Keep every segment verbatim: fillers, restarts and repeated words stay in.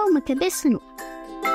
só uma cabeça no ar.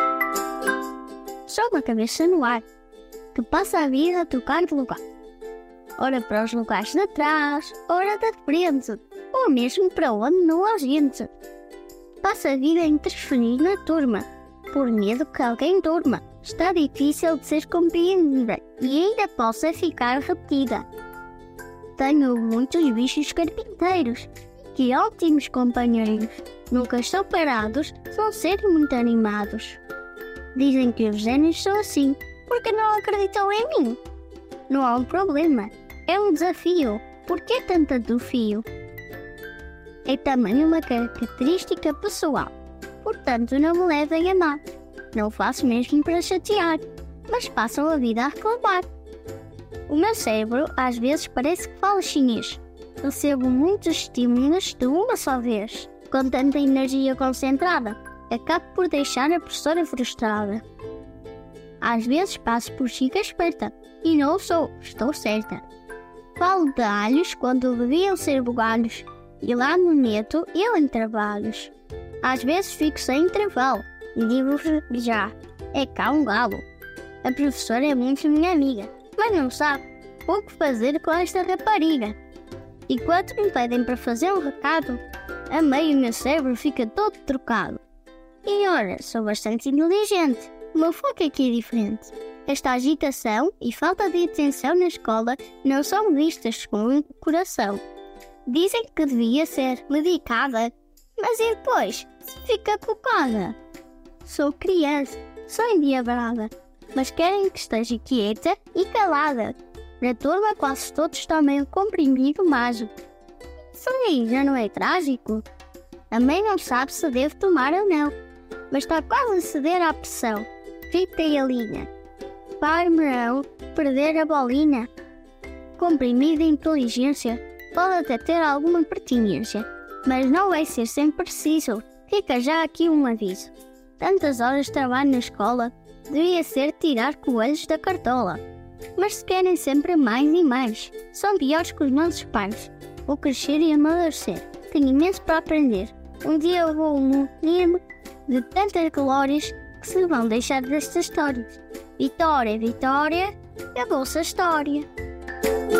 Só uma cabeça no ar, que passa a vida a trocar de lugar. Ora para os lugares de trás, ora da frente, ou mesmo para onde não há gente. Passa a vida a interferir na turma, por medo que alguém durma. Está difícil de ser compreendida e ainda possa ficar repetida. Tenho muitos bichos carpinteiros, que ótimos companheiros. Nunca estão parados, são seres muito animados. Dizem que os gênios são assim, porque não acreditam em mim. Não há um problema, é um desafio. Por que tanta desafio? É também uma característica pessoal, portanto não me levem a mal. Não faço mesmo para chatear, mas passam a vida a reclamar. O meu cérebro às vezes parece que fala chinês. Recebo muitos estímulos de uma só vez. Com tanta energia concentrada, acabo por deixar a professora frustrada. Às vezes passo por chica esperta, e não sou, estou certa. Falo de alhos quando deviam ser bugalhos, e lá me meto eu em trabalhos. Às vezes fico sem intervalo, e digo já, é cá um galo. A professora é muito minha amiga, mas não sabe o que fazer com esta rapariga. E quando me pedem para fazer um recado, a meio o meu cérebro fica todo trocado. E ora, sou bastante inteligente, o meu foco aqui é diferente. Esta agitação e falta de atenção na escola não são vistas com o coração. Dizem que devia ser medicada, mas e depois, se fica colocada? Sou criança, sou endiabrada, mas querem que esteja quieta e calada. Na turma quase todos tomam um comprimido mágico. Isso aí já não é trágico? A mãe não sabe se deve tomar ou não, mas está quase a ceder à pressão. Fica a linha. Vai-me não perder a bolinha. Comprimido de inteligência pode até ter alguma pertinência, mas não vai ser sempre preciso. Fica já aqui um aviso. Tantas horas de trabalho na escola, devia ser tirar coelhos da cartola. Mas se querem sempre mais e mais, são piores que os nossos pais. Vou crescer e amadurecer, tenho imenso para aprender. Um dia eu vou morrer-me de tantas glórias que se vão deixar destas histórias. Vitória, Vitória, acabou-se a história.